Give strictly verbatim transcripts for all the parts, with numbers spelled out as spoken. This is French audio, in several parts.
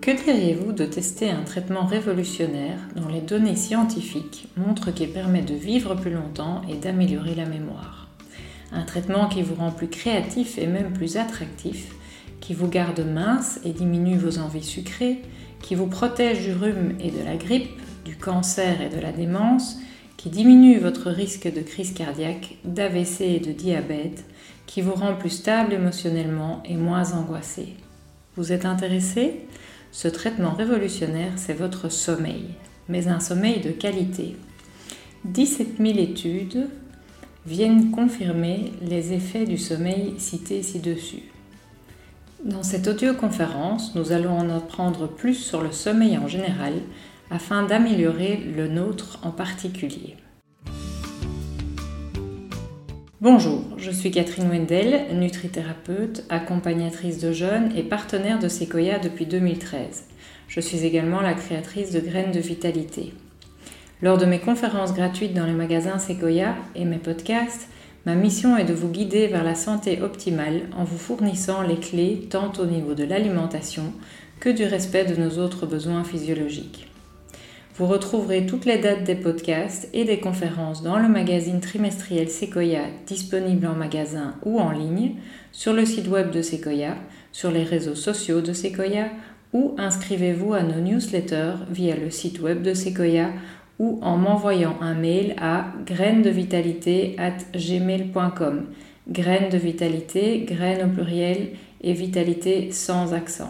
Que diriez-vous de tester un traitement révolutionnaire dont les données scientifiques montrent qu'il permet de vivre plus longtemps et d'améliorer la mémoire? Un traitement qui vous rend plus créatif et même plus attractif, qui vous garde mince et diminue vos envies sucrées, qui vous protège du rhume et de la grippe, du cancer et de la démence, qui diminue votre risque de crise cardiaque, d'A V C et de diabète, qui vous rend plus stable émotionnellement et moins angoissé. Vous êtes intéressé ? Ce traitement révolutionnaire, c'est votre sommeil, mais un sommeil de qualité. dix-sept mille études viennent confirmer les effets du sommeil cités ci-dessus. Dans cette audioconférence, nous allons en apprendre plus sur le sommeil en général afin d'améliorer le nôtre en particulier. Bonjour, je suis Catherine Wendel, nutrithérapeute, accompagnatrice de jeunes et partenaire de Sequoia depuis deux mille treize. Je suis également la créatrice de Graines de Vitalité. Lors de mes conférences gratuites dans les magasins Sequoia et mes podcasts, ma mission est de vous guider vers la santé optimale en vous fournissant les clés tant au niveau de l'alimentation que du respect de nos autres besoins physiologiques. Vous retrouverez toutes les dates des podcasts et des conférences dans le magazine trimestriel Sequoia disponible en magasin ou en ligne, sur le site web de Sequoia, sur les réseaux sociaux de Sequoia ou inscrivez-vous à nos newsletters via le site web de Sequoia ou en m'envoyant un mail à grainesdevitalité arobase gmail point com. Graines de vitalité, graines au pluriel et vitalité sans accent.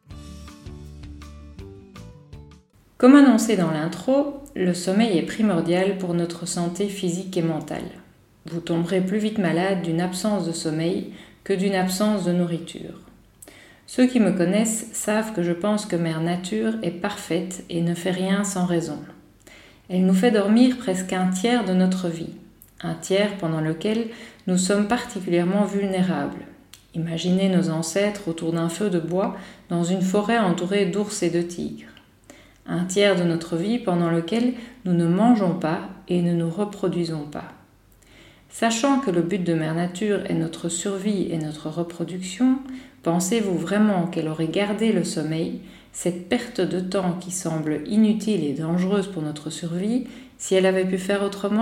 Comme annoncé dans l'intro, le sommeil est primordial pour notre santé physique et mentale. Vous tomberez plus vite malade d'une absence de sommeil que d'une absence de nourriture. Ceux qui me connaissent savent que je pense que Mère Nature est parfaite et ne fait rien sans raison. Elle nous fait dormir presque un tiers de notre vie, un tiers pendant lequel nous sommes particulièrement vulnérables. Imaginez nos ancêtres autour d'un feu de bois dans une forêt entourée d'ours et de tigres. Un tiers de notre vie pendant lequel nous ne mangeons pas et ne nous reproduisons pas. Sachant que le but de Mère Nature est notre survie et notre reproduction, pensez-vous vraiment qu'elle aurait gardé le sommeil, cette perte de temps qui semble inutile et dangereuse pour notre survie, si elle avait pu faire autrement ?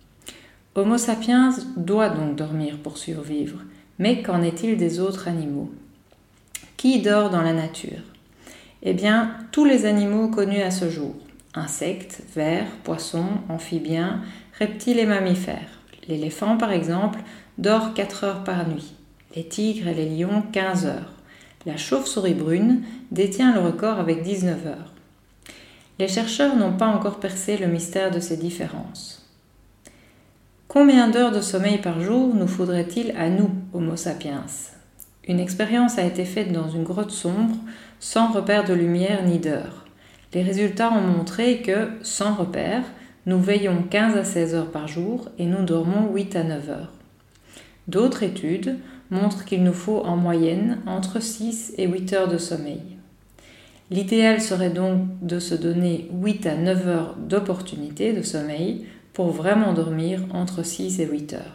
Homo sapiens doit donc dormir pour survivre, mais qu'en est-il des autres animaux ? Qui dort dans la nature ? Eh bien, tous les animaux connus à ce jour, insectes, vers, poissons, amphibiens, reptiles et mammifères. L'éléphant, par exemple, dort quatre heures par nuit, les tigres et les lions quinze heures. La chauve-souris brune détient le record avec dix-neuf heures. Les chercheurs n'ont pas encore percé le mystère de ces différences. Combien d'heures de sommeil par jour nous faudrait-il à nous, Homo sapiens ? Une expérience a été faite dans une grotte sombre, sans repère de lumière ni d'heure. Les résultats ont montré que, sans repère, nous veillons quinze à seize heures par jour et nous dormons huit à neuf heures. D'autres études montrent qu'il nous faut en moyenne entre six et huit heures de sommeil. L'idéal serait donc de se donner huit à neuf heures d'opportunité de sommeil pour vraiment dormir entre six et huit heures.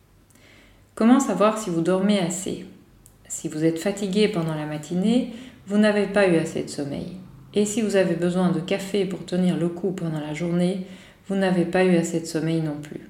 Comment savoir si vous dormez assez ? Si vous êtes fatigué pendant la matinée, vous n'avez pas eu assez de sommeil. Et si vous avez besoin de café pour tenir le coup pendant la journée, vous n'avez pas eu assez de sommeil non plus.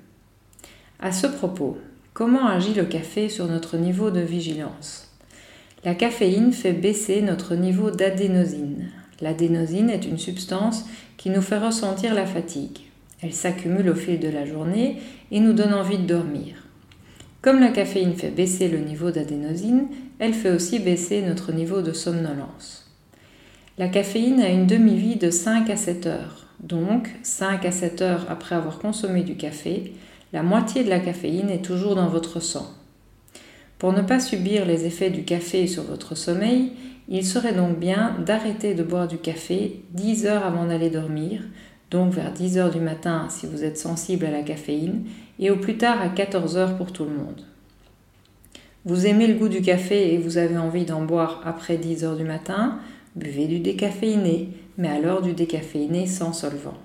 À ce propos, comment agit le café sur notre niveau de vigilance ? La caféine fait baisser notre niveau d'adénosine. L'adénosine est une substance qui nous fait ressentir la fatigue. Elle s'accumule au fil de la journée et nous donne envie de dormir. Comme la caféine fait baisser le niveau d'adénosine, elle fait aussi baisser notre niveau de somnolence. La caféine a une demi-vie de cinq à sept heures. Donc, cinq à sept heures après avoir consommé du café, la moitié de la caféine est toujours dans votre sang. Pour ne pas subir les effets du café sur votre sommeil, il serait donc bien d'arrêter de boire du café dix heures avant d'aller dormir, donc vers dix heures du matin si vous êtes sensible à la caféine, et au plus tard à quatorze heures pour tout le monde. Vous aimez le goût du café et vous avez envie d'en boire après dix heures du matin, buvez du décaféiné, mais alors du décaféiné sans solvant.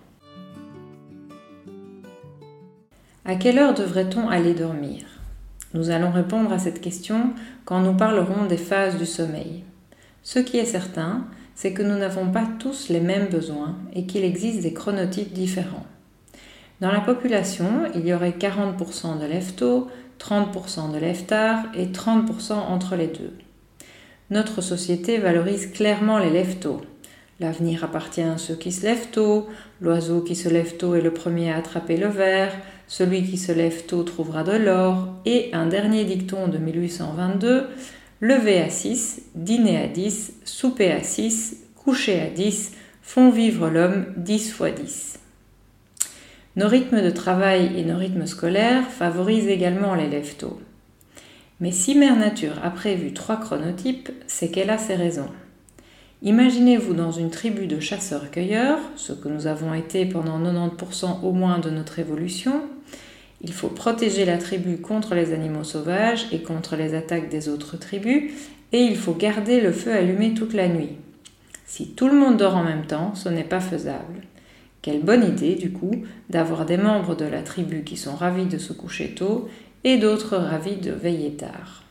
À quelle heure devrait-on aller dormir ? Nous allons répondre à cette question quand nous parlerons des phases du sommeil. Ce qui est certain, c'est que nous n'avons pas tous les mêmes besoins et qu'il existe des chronotypes différents. Dans la population, il y aurait quarante pour cent de lève-tôt, trente pour cent de lève-tard et trente pour cent entre les deux. Notre société valorise clairement les lève-tôt. L'avenir appartient à ceux qui se lèvent tôt, l'oiseau qui se lève tôt est le premier à attraper le ver, celui qui se lève tôt trouvera de l'or, et un dernier dicton de mille huit cent vingt-deux, lever à six, dîner à dix, souper à six, coucher à dix, font vivre l'homme dix fois dix. Nos rythmes de travail et nos rythmes scolaires favorisent également les lève-tôt. Mais si Mère Nature a prévu trois chronotypes, c'est qu'elle a ses raisons. Imaginez-vous dans une tribu de chasseurs-cueilleurs, ce que nous avons été pendant quatre-vingt-dix pour cent au moins de notre évolution. Il faut protéger la tribu contre les animaux sauvages et contre les attaques des autres tribus, et il faut garder le feu allumé toute la nuit. Si tout le monde dort en même temps, ce n'est pas faisable. Quelle bonne idée, du coup, d'avoir des membres de la tribu qui sont ravis de se coucher tôt et d'autres ravis de veiller tard.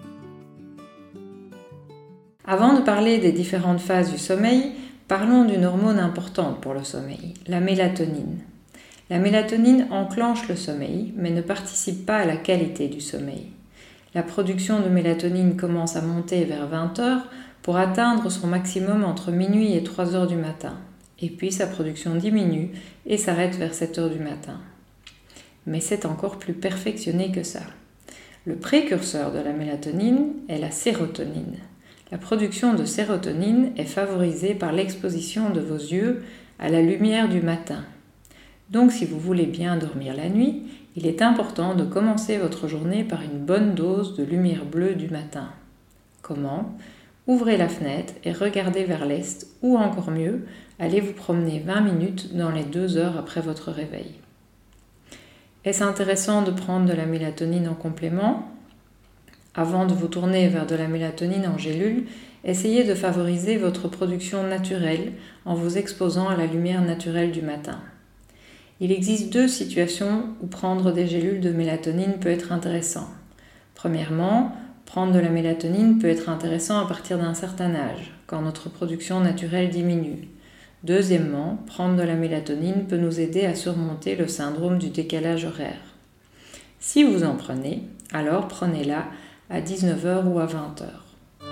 Avant de parler des différentes phases du sommeil, parlons d'une hormone importante pour le sommeil, la mélatonine. La mélatonine enclenche le sommeil, mais ne participe pas à la qualité du sommeil. La production de mélatonine commence à monter vers vingt heures pour atteindre son maximum entre minuit et trois heures du matin. Et puis sa production diminue et s'arrête vers sept heures du matin. Mais c'est encore plus perfectionné que ça. Le précurseur de la mélatonine est la sérotonine. La production de sérotonine est favorisée par l'exposition de vos yeux à la lumière du matin. Donc si vous voulez bien dormir la nuit, il est important de commencer votre journée par une bonne dose de lumière bleue du matin. Comment ? Ouvrez la fenêtre et regardez vers l'est, ou encore mieux, allez vous promener vingt minutes dans les deux heures après votre réveil. Est-ce intéressant de prendre de la mélatonine en complément ? Avant de vous tourner vers de la mélatonine en gélule, essayez de favoriser votre production naturelle en vous exposant à la lumière naturelle du matin. Il existe deux situations où prendre des gélules de mélatonine peut être intéressant. Premièrement, prendre de la mélatonine peut être intéressant à partir d'un certain âge, quand notre production naturelle diminue. Deuxièmement, prendre de la mélatonine peut nous aider à surmonter le syndrome du décalage horaire. Si vous en prenez, alors prenez-la à dix-neuf heures ou à vingt heures.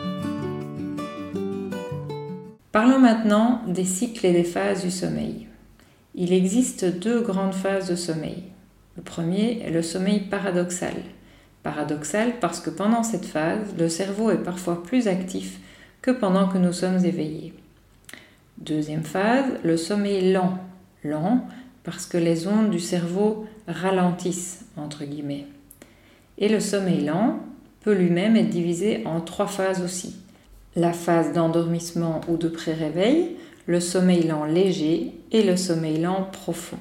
Parlons maintenant des cycles et des phases du sommeil. Il existe deux grandes phases de sommeil. Le premier est le sommeil paradoxal. Paradoxal parce que pendant cette phase, le cerveau est parfois plus actif que pendant que nous sommes éveillés. Deuxième phase, le sommeil lent. Lent parce que les ondes du cerveau ralentissent, entre guillemets. Et le sommeil lent peut lui-même être divisé en trois phases aussi. La phase d'endormissement ou de pré-réveil, le sommeil lent léger et le sommeil lent profond.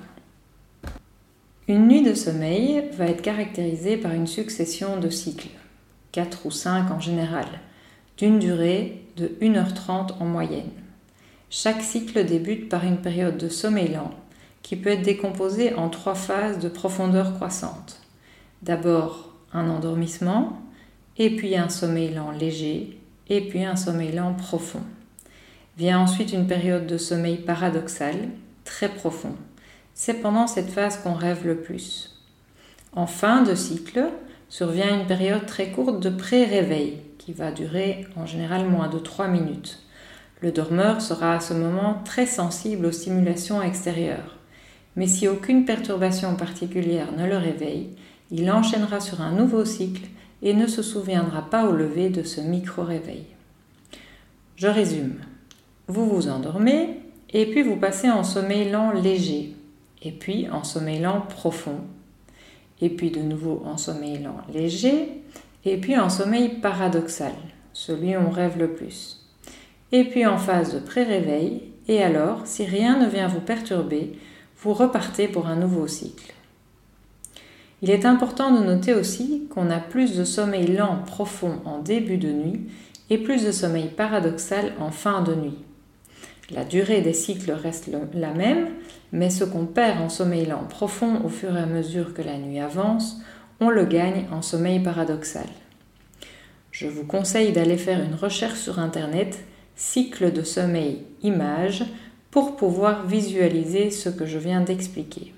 Une nuit de sommeil va être caractérisée par une succession de cycles, quatre ou cinq en général, d'une durée de une heure trente en moyenne. Chaque cycle débute par une période de sommeil lent qui peut être décomposée en trois phases de profondeur croissante. D'abord un endormissement, et puis un sommeil lent léger, et puis un sommeil lent profond. Vient ensuite une période de sommeil paradoxal, très profond. C'est pendant cette phase qu'on rêve le plus. En fin de cycle, survient une période très courte de pré-réveil, qui va durer en général moins de trois minutes. Le dormeur sera à ce moment très sensible aux stimulations extérieures. Mais si aucune perturbation particulière ne le réveille, il enchaînera sur un nouveau cycle et ne se souviendra pas au lever de ce micro-réveil. Je résume. Vous vous endormez et puis vous passez en sommeil lent léger, et puis en sommeil lent profond, et puis de nouveau en sommeil lent léger, et puis en sommeil paradoxal, celui où on rêve le plus, et puis en phase de pré-réveil, et alors, si rien ne vient vous perturber, vous repartez pour un nouveau cycle. Il est important de noter aussi qu'on a plus de sommeil lent profond en début de nuit et plus de sommeil paradoxal en fin de nuit. La durée des cycles reste la même, mais ce qu'on perd en sommeil lent profond au fur et à mesure que la nuit avance, on le gagne en sommeil paradoxal. Je vous conseille d'aller faire une recherche sur Internet cycle de sommeil image, pour pouvoir visualiser ce que je viens d'expliquer.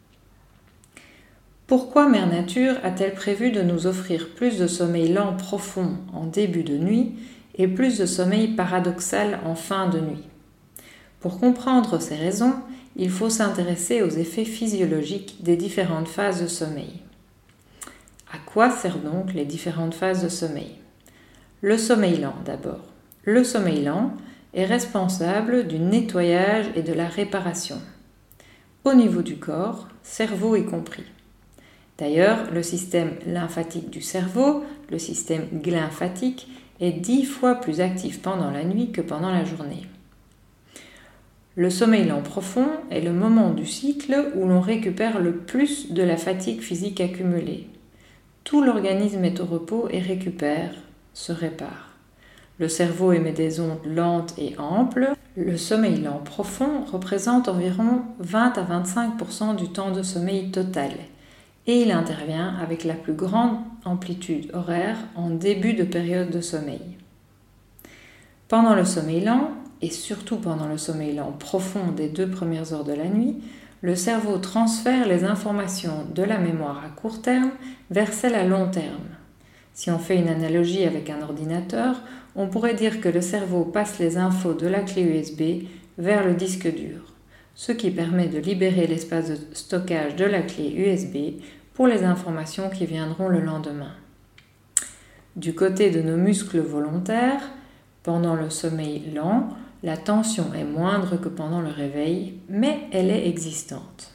Pourquoi Mère Nature a-t-elle prévu de nous offrir plus de sommeil lent profond en début de nuit et plus de sommeil paradoxal en fin de nuit? Pour comprendre ces raisons, il faut s'intéresser aux effets physiologiques des différentes phases de sommeil. À quoi servent donc les différentes phases de sommeil? Le sommeil lent d'abord. Le sommeil lent est responsable du nettoyage et de la réparation, au niveau du corps, cerveau y compris. D'ailleurs, le système lymphatique du cerveau, le système glymphatique, est dix fois plus actif pendant la nuit que pendant la journée. Le sommeil lent profond est le moment du cycle où l'on récupère le plus de la fatigue physique accumulée. Tout l'organisme est au repos et récupère, se répare. Le cerveau émet des ondes lentes et amples. Le sommeil lent profond représente environ vingt à vingt-cinq pour cent du temps de sommeil total et il intervient avec la plus grande amplitude horaire en début de période de sommeil. Pendant le sommeil lent, et surtout pendant le sommeil lent profond des deux premières heures de la nuit, le cerveau transfère les informations de la mémoire à court terme vers celle à long terme. Si on fait une analogie avec un ordinateur, on pourrait dire que le cerveau passe les infos de la clé U S B vers le disque dur, ce qui permet de libérer l'espace de stockage de la clé U S B pour les informations qui viendront le lendemain. Du côté de nos muscles volontaires, pendant le sommeil lent, la tension est moindre que pendant le réveil, mais elle est existante.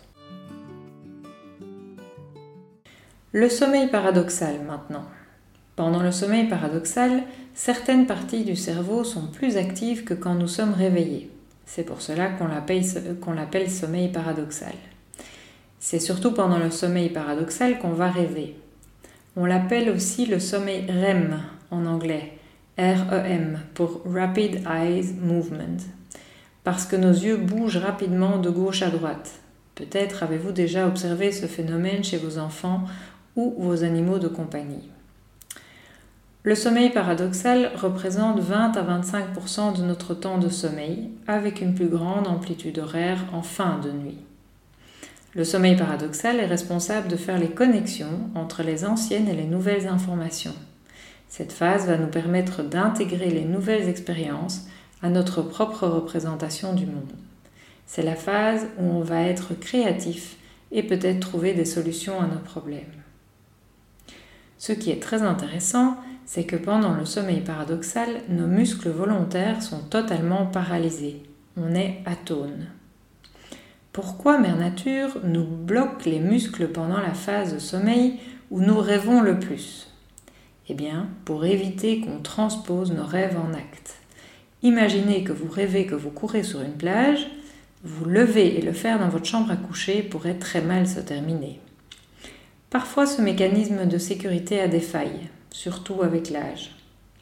Le sommeil paradoxal maintenant. Pendant le sommeil paradoxal, certaines parties du cerveau sont plus actives que quand nous sommes réveillés. C'est pour cela qu'on l'appelle, qu'on l'appelle sommeil paradoxal. C'est surtout pendant le sommeil paradoxal qu'on va rêver. On l'appelle aussi le sommeil R E M en anglais, R E M pour Rapid Eye Movement, parce que nos yeux bougent rapidement de gauche à droite. Peut-être avez-vous déjà observé ce phénomène chez vos enfants ou vos animaux de compagnie. Le sommeil paradoxal représente vingt à vingt-cinq pour cent de notre temps de sommeil, avec une plus grande amplitude horaire en fin de nuit. Le sommeil paradoxal est responsable de faire les connexions entre les anciennes et les nouvelles informations. Cette phase va nous permettre d'intégrer les nouvelles expériences à notre propre représentation du monde. C'est la phase où on va être créatif et peut-être trouver des solutions à nos problèmes. Ce qui est très intéressant, c'est que pendant le sommeil paradoxal, nos muscles volontaires sont totalement paralysés. On est atone. Pourquoi Mère Nature nous bloque les muscles pendant la phase de sommeil où nous rêvons le plus? Eh bien, pour éviter qu'on transpose nos rêves en actes. Imaginez que vous rêvez que vous courez sur une plage, vous lever et le faire dans votre chambre à coucher pourrait très mal se terminer. Parfois, ce mécanisme de sécurité a des failles, surtout avec l'âge.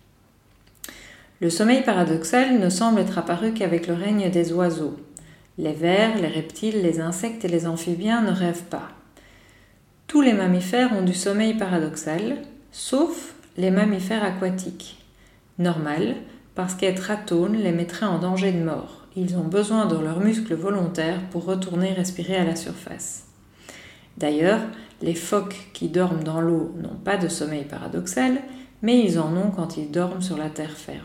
Le sommeil paradoxal ne semble être apparu qu'avec le règne des oiseaux. Les vers, les reptiles, les insectes et les amphibiens ne rêvent pas. Tous les mammifères ont du sommeil paradoxal, sauf les mammifères aquatiques. Normal, parce qu'être atone les mettrait en danger de mort. Ils ont besoin de leurs muscles volontaires pour retourner respirer à la surface. D'ailleurs, les phoques qui dorment dans l'eau n'ont pas de sommeil paradoxal, mais ils en ont quand ils dorment sur la terre ferme.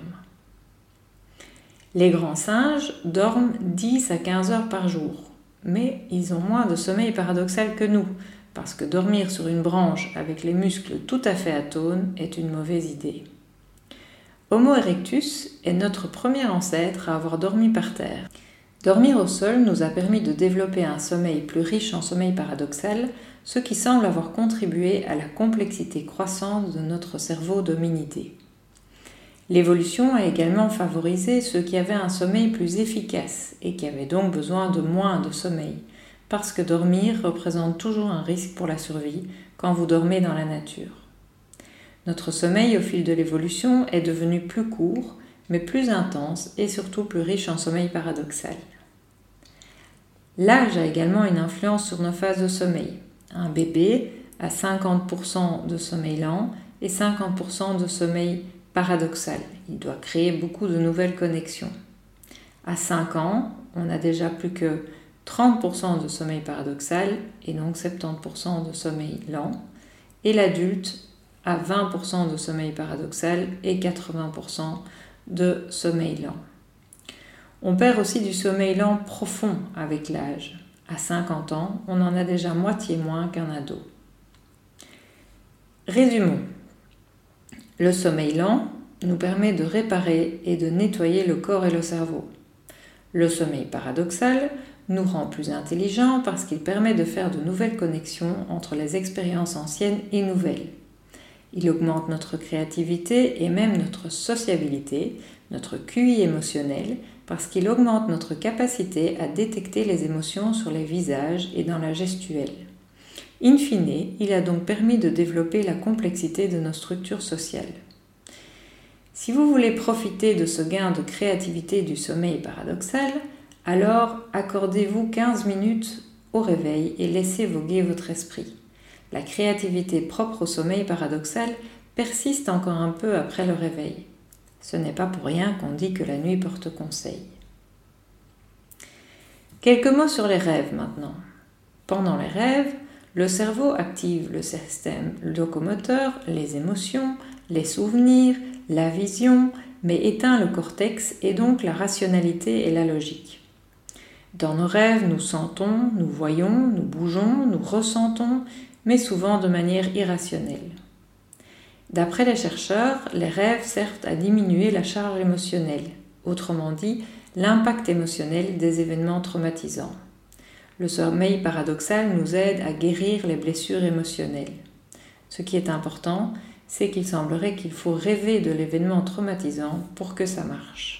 Les grands singes dorment dix à quinze heures par jour, mais ils ont moins de sommeil paradoxal que nous, parce que dormir sur une branche avec les muscles tout à fait atones est une mauvaise idée. Homo erectus est notre premier ancêtre à avoir dormi par terre. Dormir au sol nous a permis de développer un sommeil plus riche en sommeil paradoxal, ce qui semble avoir contribué à la complexité croissante de notre cerveau d'hominidés. L'évolution a également favorisé ceux qui avaient un sommeil plus efficace et qui avaient donc besoin de moins de sommeil, parce que dormir représente toujours un risque pour la survie quand vous dormez dans la nature. Notre sommeil au fil de l'évolution est devenu plus court, mais plus intense et surtout plus riche en sommeil paradoxal. L'âge a également une influence sur nos phases de sommeil. Un bébé a cinquante pour cent de sommeil lent et cinquante pour cent de sommeil paradoxal. Il doit créer beaucoup de nouvelles connexions. À cinq ans, on a déjà plus que trente pour cent de sommeil paradoxal et donc soixante-dix pour cent de sommeil lent. Et l'adulte a vingt pour cent de sommeil paradoxal et quatre-vingts pour cent de sommeil lent. On perd aussi du sommeil lent profond avec l'âge. À cinquante ans, on en a déjà moitié moins qu'un ado. Résumons. Le sommeil lent nous permet de réparer et de nettoyer le corps et le cerveau. Le sommeil paradoxal nous rend plus intelligents parce qu'il permet de faire de nouvelles connexions entre les expériences anciennes et nouvelles. Il augmente notre créativité et même notre sociabilité, notre Q I émotionnel, parce qu'il augmente notre capacité à détecter les émotions sur les visages et dans la gestuelle. In fine, il a donc permis de développer la complexité de nos structures sociales. Si vous voulez profiter de ce gain de créativité du sommeil paradoxal, alors accordez-vous quinze minutes au réveil et laissez voguer votre esprit. La créativité propre au sommeil paradoxal persiste encore un peu après le réveil. Ce n'est pas pour rien qu'on dit que la nuit porte conseil. Quelques mots sur les rêves maintenant. Pendant les rêves, le cerveau active le système locomoteur, les émotions, les souvenirs, la vision, mais éteint le cortex et donc la rationalité et la logique. Dans nos rêves, nous sentons, nous voyons, nous bougeons, nous ressentons, mais souvent de manière irrationnelle. D'après les chercheurs, les rêves servent à diminuer la charge émotionnelle, autrement dit, l'impact émotionnel des événements traumatisants. Le sommeil paradoxal nous aide à guérir les blessures émotionnelles. Ce qui est important, c'est qu'il semblerait qu'il faut rêver de l'événement traumatisant pour que ça marche.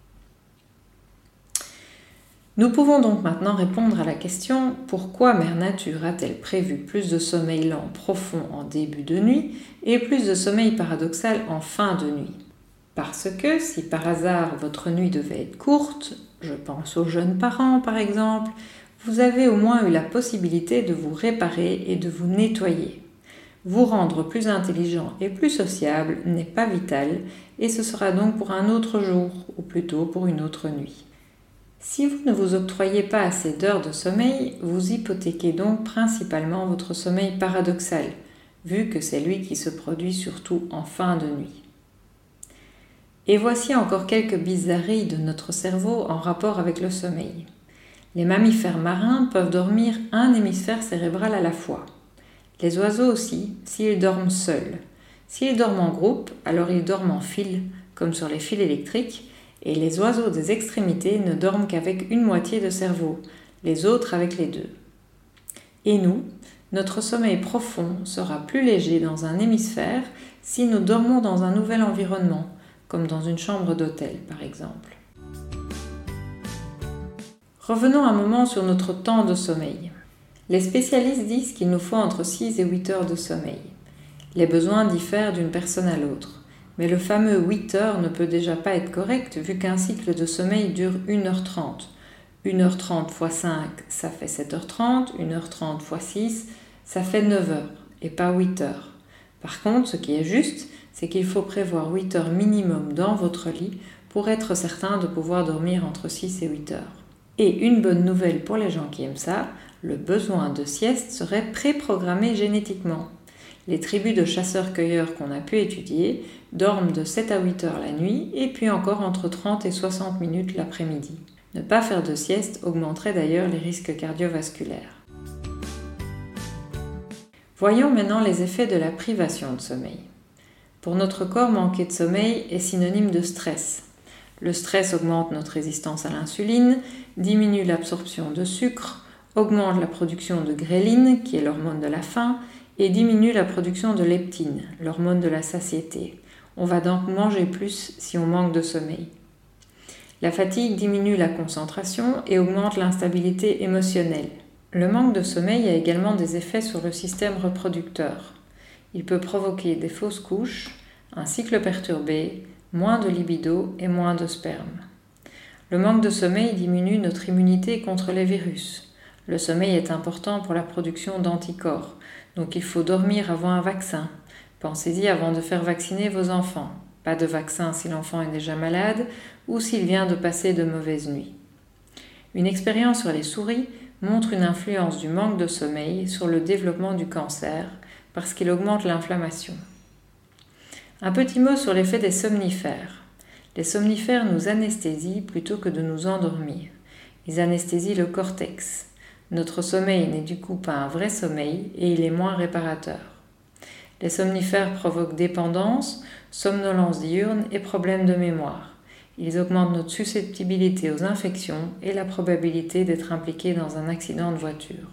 Nous pouvons donc maintenant répondre à la question « Pourquoi Mère Nature a-t-elle prévu plus de sommeil lent profond en début de nuit et plus de sommeil paradoxal en fin de nuit ?» Parce que si par hasard votre nuit devait être courte, je pense aux jeunes parents par exemple, vous avez au moins eu la possibilité de vous réparer et de vous nettoyer. Vous rendre plus intelligent et plus sociable n'est pas vital et ce sera donc pour un autre jour ou plutôt pour une autre nuit. Si vous ne vous octroyez pas assez d'heures de sommeil, vous hypothéquez donc principalement votre sommeil paradoxal, vu que c'est lui qui se produit surtout en fin de nuit. Et voici encore quelques bizarreries de notre cerveau en rapport avec le sommeil. Les mammifères marins peuvent dormir un hémisphère cérébral à la fois. Les oiseaux aussi, s'ils dorment seuls. S'ils dorment en groupe, alors ils dorment en file, comme sur les fils électriques, et les oiseaux des extrémités ne dorment qu'avec une moitié de cerveau, les autres avec les deux. Et nous, notre sommeil profond sera plus léger dans un hémisphère si nous dormons dans un nouvel environnement, comme dans une chambre d'hôtel par exemple. Revenons un moment sur notre temps de sommeil. Les spécialistes disent qu'il nous faut entre six et huit heures de sommeil. Les besoins diffèrent d'une personne à l'autre. Mais le fameux huit heures ne peut déjà pas être correct vu qu'un cycle de sommeil dure une heure trente. une heure trente fois cinq, ça fait sept heures trente. une heure trente fois six, ça fait neuf heures et pas huit heures. Par contre, ce qui est juste, c'est qu'il faut prévoir huit heures minimum dans votre lit pour être certain de pouvoir dormir entre six et huit heures. Et une bonne nouvelle pour les gens qui aiment ça, le besoin de sieste serait préprogrammé génétiquement. Les tribus de chasseurs-cueilleurs qu'on a pu étudier dorment de sept à huit heures la nuit et puis encore entre trente et soixante minutes l'après-midi. Ne pas faire de sieste augmenterait d'ailleurs les risques cardiovasculaires. Voyons maintenant les effets de la privation de sommeil. Pour notre corps, manquer de sommeil est synonyme de stress. Le stress augmente notre résistance à l'insuline, diminue l'absorption de sucre, augmente la production de gréline, qui est l'hormone de la faim, et diminue la production de leptine, l'hormone de la satiété. On va donc manger plus si on manque de sommeil. La fatigue diminue la concentration et augmente l'instabilité émotionnelle. Le manque de sommeil a également des effets sur le système reproducteur. Il peut provoquer des fausses couches, un cycle perturbé, moins de libido et moins de sperme. Le manque de sommeil diminue notre immunité contre les virus. Le sommeil est important pour la production d'anticorps. Donc il faut dormir avant un vaccin. Pensez-y avant de faire vacciner vos enfants. Pas de vaccin si l'enfant est déjà malade ou s'il vient de passer de mauvaises nuits. Une expérience sur les souris montre une influence du manque de sommeil sur le développement du cancer parce qu'il augmente l'inflammation. Un petit mot sur l'effet des somnifères. Les somnifères nous anesthésient plutôt que de nous endormir. Ils anesthésient le cortex. Notre sommeil n'est du coup pas un vrai sommeil et il est moins réparateur. Les somnifères provoquent dépendance, somnolence diurne et problèmes de mémoire. Ils augmentent notre susceptibilité aux infections et la probabilité d'être impliqué dans un accident de voiture.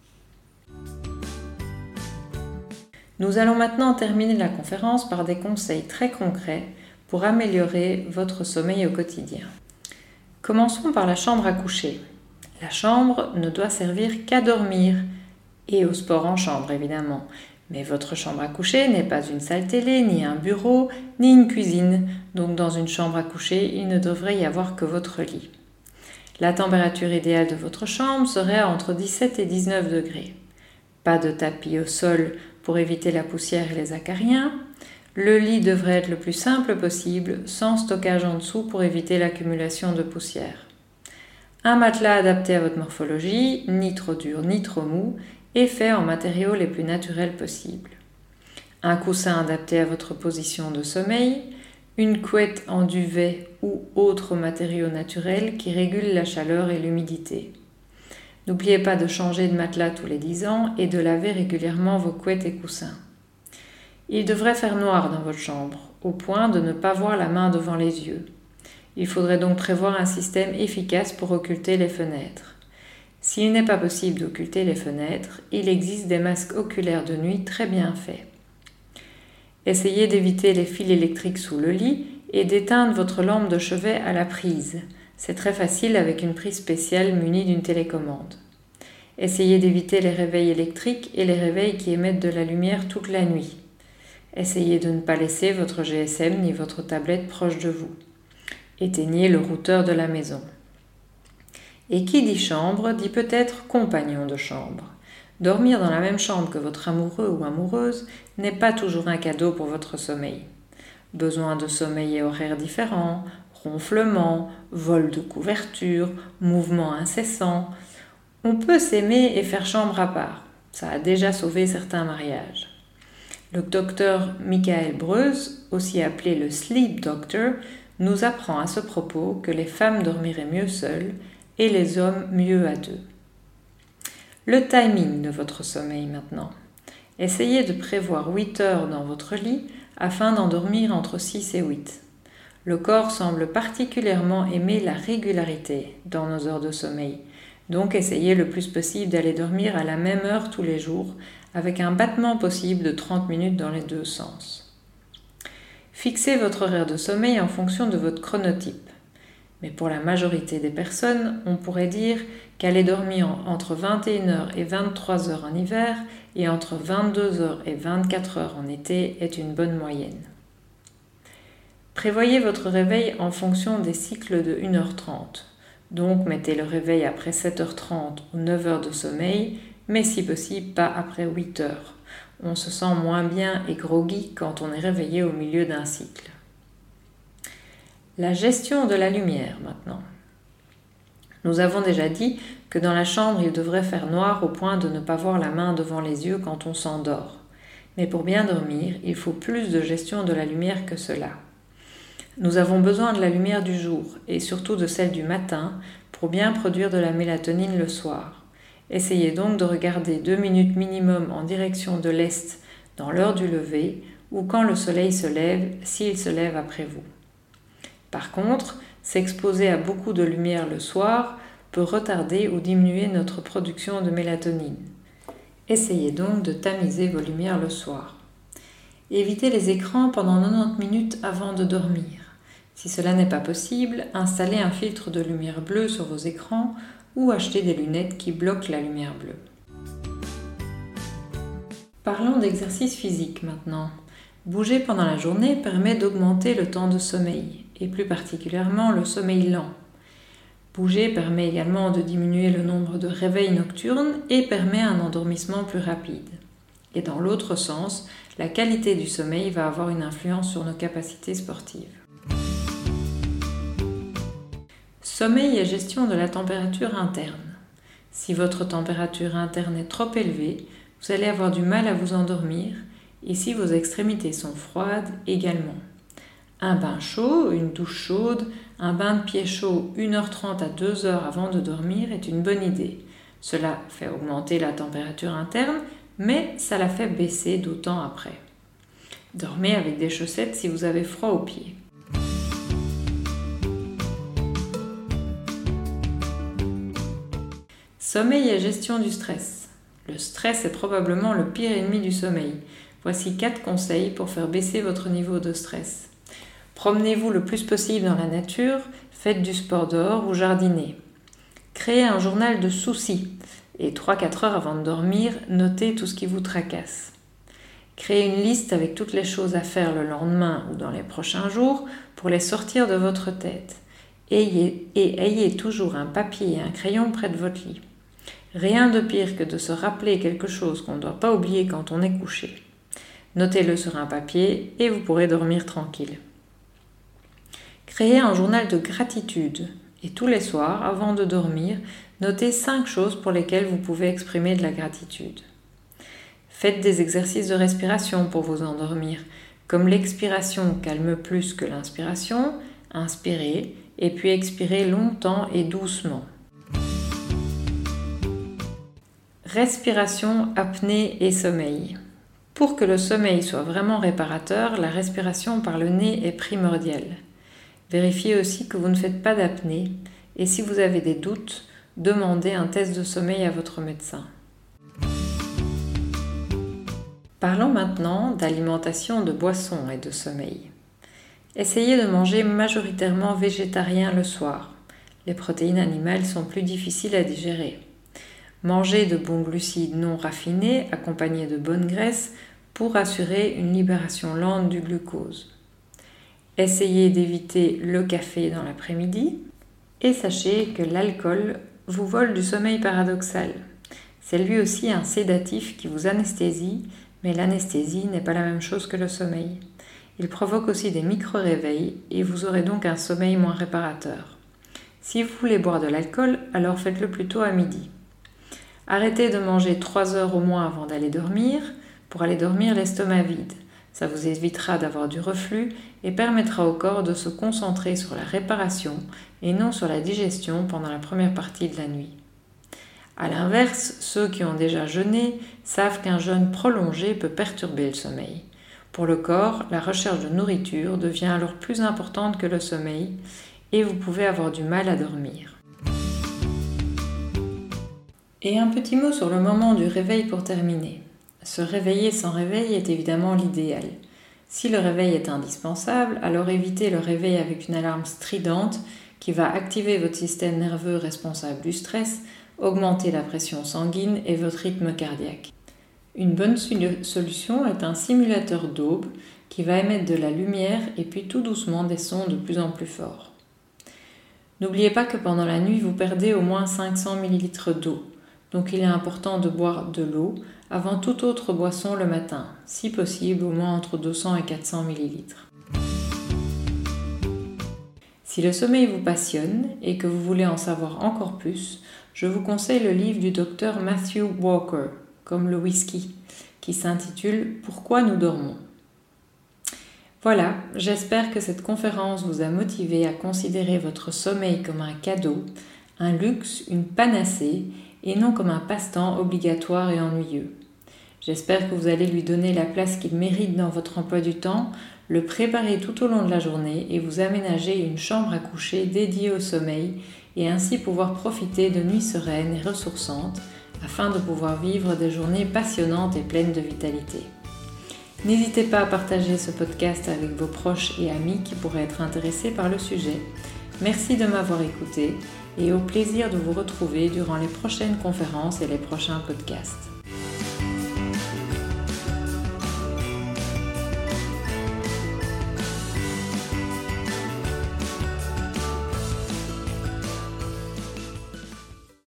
Nous allons maintenant terminer la conférence par des conseils très concrets pour améliorer votre sommeil au quotidien. Commençons par la chambre à coucher. La chambre ne doit servir qu'à dormir et au sport en chambre évidemment. Mais votre chambre à coucher n'est pas une salle télé, ni un bureau, ni une cuisine. Donc dans une chambre à coucher, il ne devrait y avoir que votre lit. La température idéale de votre chambre serait entre dix-sept et dix-neuf degrés. Pas de tapis au sol pour éviter la poussière et les acariens. Le lit devrait être le plus simple possible, sans stockage en dessous pour éviter l'accumulation de poussière. Un matelas adapté à votre morphologie, ni trop dur ni trop mou, et fait en matériaux les plus naturels possibles. Un coussin adapté à votre position de sommeil, une couette en duvet ou autre matériau naturel qui régule la chaleur et l'humidité. N'oubliez pas de changer de matelas tous les dix ans et de laver régulièrement vos couettes et coussins. Il devrait faire noir dans votre chambre, au point de ne pas voir la main devant les yeux. Il faudrait donc prévoir un système efficace pour occulter les fenêtres. S'il n'est pas possible d'occulter les fenêtres, il existe des masques oculaires de nuit très bien faits. Essayez d'éviter les fils électriques sous le lit et d'éteindre votre lampe de chevet à la prise. C'est très facile avec une prise spéciale munie d'une télécommande. Essayez d'éviter les réveils électriques et les réveils qui émettent de la lumière toute la nuit. Essayez de ne pas laisser votre G S M ni votre tablette proche de vous. Éteignez le routeur de la maison. Et qui dit chambre dit peut-être compagnon de chambre. Dormir dans la même chambre que votre amoureux ou amoureuse n'est pas toujours un cadeau pour votre sommeil. Besoin de sommeil et horaires différents, ronflements, vol de couverture, mouvements incessants. On peut s'aimer et faire chambre à part. Ça a déjà sauvé certains mariages. Le docteur Michael Breus, aussi appelé le Sleep Doctor, nous apprend à ce propos que les femmes dormiraient mieux seules et les hommes mieux à deux. Le timing de votre sommeil maintenant. Essayez de prévoir huit heures dans votre lit afin d'endormir entre six et huit. Le corps semble particulièrement aimer la régularité dans nos heures de sommeil, donc essayez le plus possible d'aller dormir à la même heure tous les jours avec un battement possible de trente minutes dans les deux sens. Fixez votre horaire de sommeil en fonction de votre chronotype. Mais pour la majorité des personnes, on pourrait dire qu'aller dormir entre vingt et une heures et vingt-trois heures en hiver et entre vingt-deux heures et vingt-quatre heures en été est une bonne moyenne. Prévoyez votre réveil en fonction des cycles de une heure trente. Donc mettez le réveil après sept heures trente ou neuf heures de sommeil, mais si possible pas après huit heures. On se sent moins bien et groggy quand on est réveillé au milieu d'un cycle. La gestion de la lumière maintenant. Nous avons déjà dit que dans la chambre il devrait faire noir au point de ne pas voir la main devant les yeux quand on s'endort. Mais pour bien dormir, il faut plus de gestion de la lumière que cela. Nous avons besoin de la lumière du jour et surtout de celle du matin pour bien produire de la mélatonine le soir. Essayez donc de regarder deux minutes minimum en direction de l'est dans l'heure du lever ou quand le soleil se lève s'il se lève après vous. Par contre, s'exposer à beaucoup de lumière le soir peut retarder ou diminuer notre production de mélatonine. Essayez donc de tamiser vos lumières le soir. Évitez les écrans pendant quatre-vingt-dix minutes avant de dormir. Si cela n'est pas possible, installez un filtre de lumière bleue sur vos écrans ou achetez des lunettes qui bloquent la lumière bleue. Parlons d'exercice physique maintenant. Bouger pendant la journée permet d'augmenter le temps de sommeil, et plus particulièrement le sommeil lent. Bouger permet également de diminuer le nombre de réveils nocturnes et permet un endormissement plus rapide. Et dans l'autre sens, la qualité du sommeil va avoir une influence sur nos capacités sportives. Sommeil et gestion de la température interne. Si votre température interne est trop élevée, vous allez avoir du mal à vous endormir, et si vos extrémités sont froides, également. Un bain chaud, une douche chaude, un bain de pied chaud une heure trente à deux heures avant de dormir est une bonne idée. Cela fait augmenter la température interne, mais ça la fait baisser d'autant après. Dormez avec des chaussettes si vous avez froid aux pieds. Sommeil et gestion du stress. Le stress est probablement le pire ennemi du sommeil. Voici quatre conseils pour faire baisser votre niveau de stress. Promenez-vous le plus possible dans la nature, faites du sport dehors ou jardinez. Créez un journal de soucis et trois à quatre heures avant de dormir, notez tout ce qui vous tracasse. Créez une liste avec toutes les choses à faire le lendemain ou dans les prochains jours pour les sortir de votre tête. Ayez, et ayez toujours un papier et un crayon près de votre lit. Rien de pire que de se rappeler quelque chose qu'on ne doit pas oublier quand on est couché. Notez-le sur un papier et vous pourrez dormir tranquille. Créez un journal de gratitude et tous les soirs, avant de dormir, notez cinq choses pour lesquelles vous pouvez exprimer de la gratitude. Faites des exercices de respiration pour vous endormir, comme l'expiration calme plus que l'inspiration, inspirez et puis expirez longtemps et doucement. Respiration, apnée et sommeil. Pour que le sommeil soit vraiment réparateur, la respiration par le nez est primordiale. Vérifiez aussi que vous ne faites pas d'apnée et si vous avez des doutes, demandez un test de sommeil à votre médecin. Parlons maintenant d'alimentation, de boissons et de sommeil. Essayez de manger majoritairement végétarien le soir. Les protéines animales sont plus difficiles à digérer. Mangez de bons glucides non raffinés accompagnés de bonnes graisses pour assurer une libération lente du glucose. Essayez d'éviter le café dans l'après-midi et sachez que l'alcool vous vole du sommeil paradoxal. C'est lui aussi un sédatif qui vous anesthésie, mais l'anesthésie n'est pas la même chose que le sommeil. Il provoque aussi des micro-réveils et vous aurez donc un sommeil moins réparateur. Si vous voulez boire de l'alcool, alors faites-le plutôt à midi. Arrêtez de manger trois heures au moins avant d'aller dormir, pour aller dormir l'estomac vide. Ça vous évitera d'avoir du reflux et permettra au corps de se concentrer sur la réparation et non sur la digestion pendant la première partie de la nuit. A l'inverse, ceux qui ont déjà jeûné savent qu'un jeûne prolongé peut perturber le sommeil. Pour le corps, la recherche de nourriture devient alors plus importante que le sommeil et vous pouvez avoir du mal à dormir. Et un petit mot sur le moment du réveil pour terminer. Se réveiller sans réveil est évidemment l'idéal. Si le réveil est indispensable, alors évitez le réveil avec une alarme stridente qui va activer votre système nerveux responsable du stress, augmenter la pression sanguine et votre rythme cardiaque. Une bonne solution est un simulateur d'aube qui va émettre de la lumière et puis tout doucement des sons de plus en plus forts. N'oubliez pas que pendant la nuit, vous perdez au moins cinq cents millilitres d'eau. Donc il est important de boire de l'eau avant toute autre boisson le matin, si possible au moins entre deux cents et quatre cents millilitres. Si le sommeil vous passionne et que vous voulez en savoir encore plus, je vous conseille le livre du docteur Matthew Walker, comme le whisky, qui s'intitule « Pourquoi nous dormons ». Voilà, j'espère que cette conférence vous a motivé à considérer votre sommeil comme un cadeau, un luxe, une panacée, et non comme un passe-temps obligatoire et ennuyeux. J'espère que vous allez lui donner la place qu'il mérite dans votre emploi du temps, le préparer tout au long de la journée et vous aménager une chambre à coucher dédiée au sommeil et ainsi pouvoir profiter de nuits sereines et ressourçantes afin de pouvoir vivre des journées passionnantes et pleines de vitalité. N'hésitez pas à partager ce podcast avec vos proches et amis qui pourraient être intéressés par le sujet. Merci de m'avoir écouté et au plaisir de vous retrouver durant les prochaines conférences et les prochains podcasts.